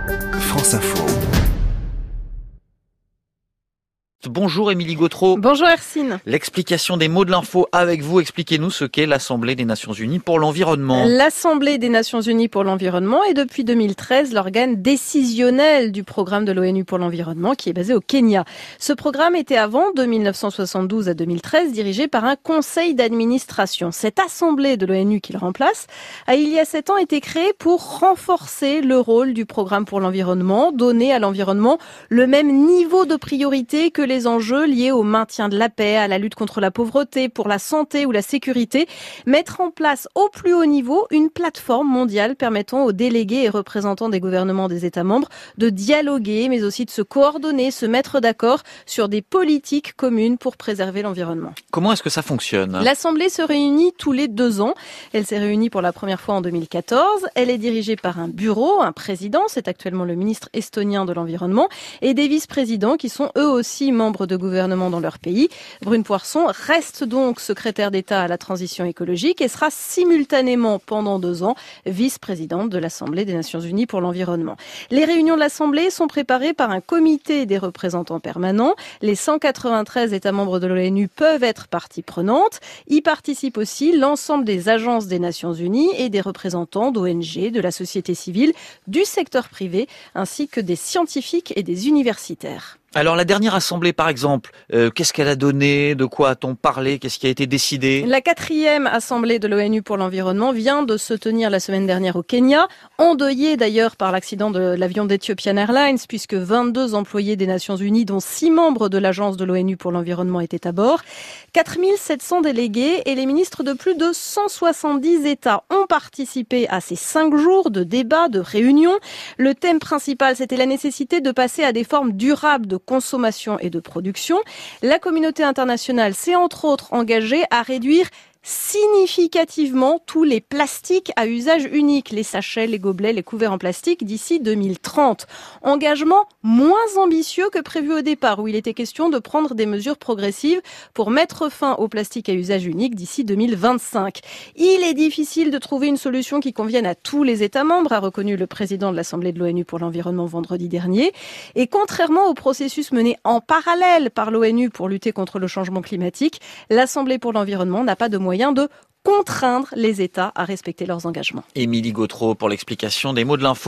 France Info. Bonjour Émilie Gautreau. Bonjour Hercine. L'explication des mots de l'info avec vous. Expliquez-nous ce qu'est l'Assemblée des Nations Unies pour l'environnement. L'Assemblée des Nations Unies pour l'environnement est depuis 2013 l'organe décisionnel du programme de l'ONU pour l'environnement qui est basé au Kenya. Ce programme était avant, de 1972 à 2013, dirigé par un conseil d'administration. Cette Assemblée de l'ONU qu'il remplace a il y a 7 ans été créée pour renforcer le rôle du programme pour l'environnement, donner à l'environnement le même niveau de priorité que les enjeux liés au maintien de la paix, à la lutte contre la pauvreté, pour la santé ou la sécurité, mettre en place au plus haut niveau une plateforme mondiale permettant aux délégués et représentants des gouvernements des États membres de dialoguer, mais aussi de se coordonner, se mettre d'accord sur des politiques communes pour préserver l'environnement. Comment est-ce que ça fonctionne ? L'Assemblée se réunit tous les 2 ans. Elle s'est réunie pour la première fois en 2014. Elle est dirigée par un bureau, un président, c'est actuellement le ministre estonien de l'Environnement, et des vice-présidents qui sont eux aussi membres de gouvernement dans leur pays. Brune Poirson reste donc secrétaire d'État à la transition écologique et sera simultanément pendant 2 ans vice-présidente de l'Assemblée des Nations Unies pour l'environnement. Les réunions de l'Assemblée sont préparées par un comité des représentants permanents. Les 193 États membres de l'ONU peuvent être partie prenante. Y participent aussi l'ensemble des agences des Nations Unies et des représentants d'ONG, de la société civile, du secteur privé, ainsi que des scientifiques et des universitaires. Alors la dernière assemblée par exemple, qu'est-ce qu'elle a donné ? De quoi a-t-on parlé ? Qu'est-ce qui a été décidé ? La 4e assemblée de l'ONU pour l'environnement vient de se tenir la semaine dernière au Kenya, endeuillée d'ailleurs par l'accident de l'avion d'Ethiopian Airlines, puisque 22 employés des Nations Unies, dont 6 membres de l'agence de l'ONU pour l'environnement étaient à bord. 4700 délégués et les ministres de plus de 170 États ont participé à ces 5 jours de débats, de réunions. Le thème principal, c'était la nécessité de passer à des formes durables de consommation et de production. La communauté internationale s'est entre autres engagée à réduire significativement tous les plastiques à usage unique, les sachets, les gobelets, les couverts en plastique d'ici 2030. Engagement moins ambitieux que prévu au départ, où il était question de prendre des mesures progressives pour mettre fin au plastique à usage unique d'ici 2025. Il est difficile de trouver une solution qui convienne à tous les États membres, a reconnu le président de l'Assemblée de l'ONU pour l'environnement vendredi dernier. Et contrairement au processus mené en parallèle par l'ONU pour lutter contre le changement climatique, l'Assemblée pour l'environnement n'a pas de moyens de contraindre les États à respecter leurs engagements. Émilie Gautreau pour l'explication des mots de l'info.